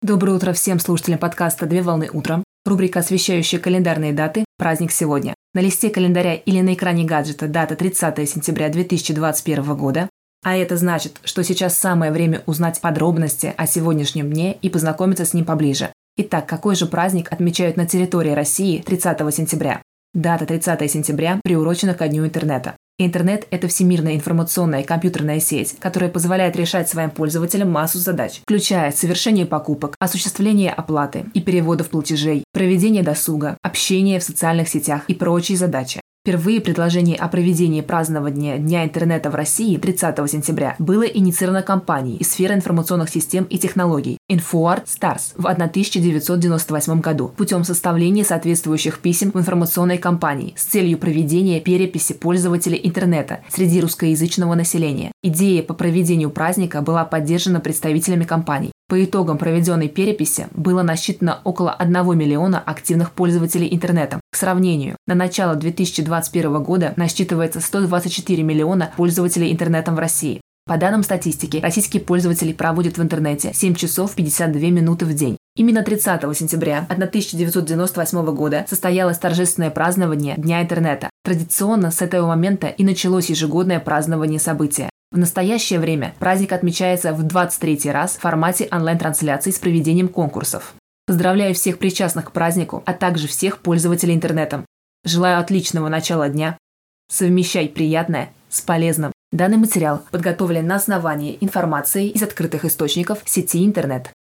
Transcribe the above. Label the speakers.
Speaker 1: Доброе утро всем слушателям подкаста «Две волны утром». Рубрика, освещающая календарные даты «Праздник сегодня». На листе календаря или на экране гаджета дата 30 сентября 2021 года. А это значит, что сейчас самое время узнать подробности о сегодняшнем дне и познакомиться с ним поближе. Итак, какой же праздник отмечают на территории России 30 сентября? Дата 30 сентября приурочена ко Дню интернета. Интернет – это всемирная информационная компьютерная сеть, которая позволяет решать своим пользователям массу задач, включая совершение покупок, осуществление оплаты и переводов платежей, проведение досуга, общение в социальных сетях и прочие задачи. Впервые предложение о проведении празднования Дня интернета в России 30 сентября было инициировано компанией из сферы информационных систем и технологий InfoArt Stars в 1998 году путем составления соответствующих писем в информационной кампании с целью проведения переписи пользователей интернета среди русскоязычного населения. Идея по проведению праздника была поддержана представителями компаний. По итогам проведенной переписи было насчитано около 1 миллиона активных пользователей интернетом. К сравнению, на начало 2021 года насчитывается 124 миллиона пользователей интернетом в России. По данным статистики, российские пользователи проводят в интернете 7 часов 52 минуты в день. Именно 30 сентября 1998 года состоялось торжественное празднование Дня интернета. Традиционно с этого момента и началось ежегодное празднование события. В настоящее время праздник отмечается в 23-й раз в формате онлайн-трансляций с проведением конкурсов. Поздравляю всех причастных к празднику, а также всех пользователей интернетом. Желаю отличного начала дня. Совмещай приятное с полезным. Данный материал подготовлен на основании информации из открытых источников сети интернет.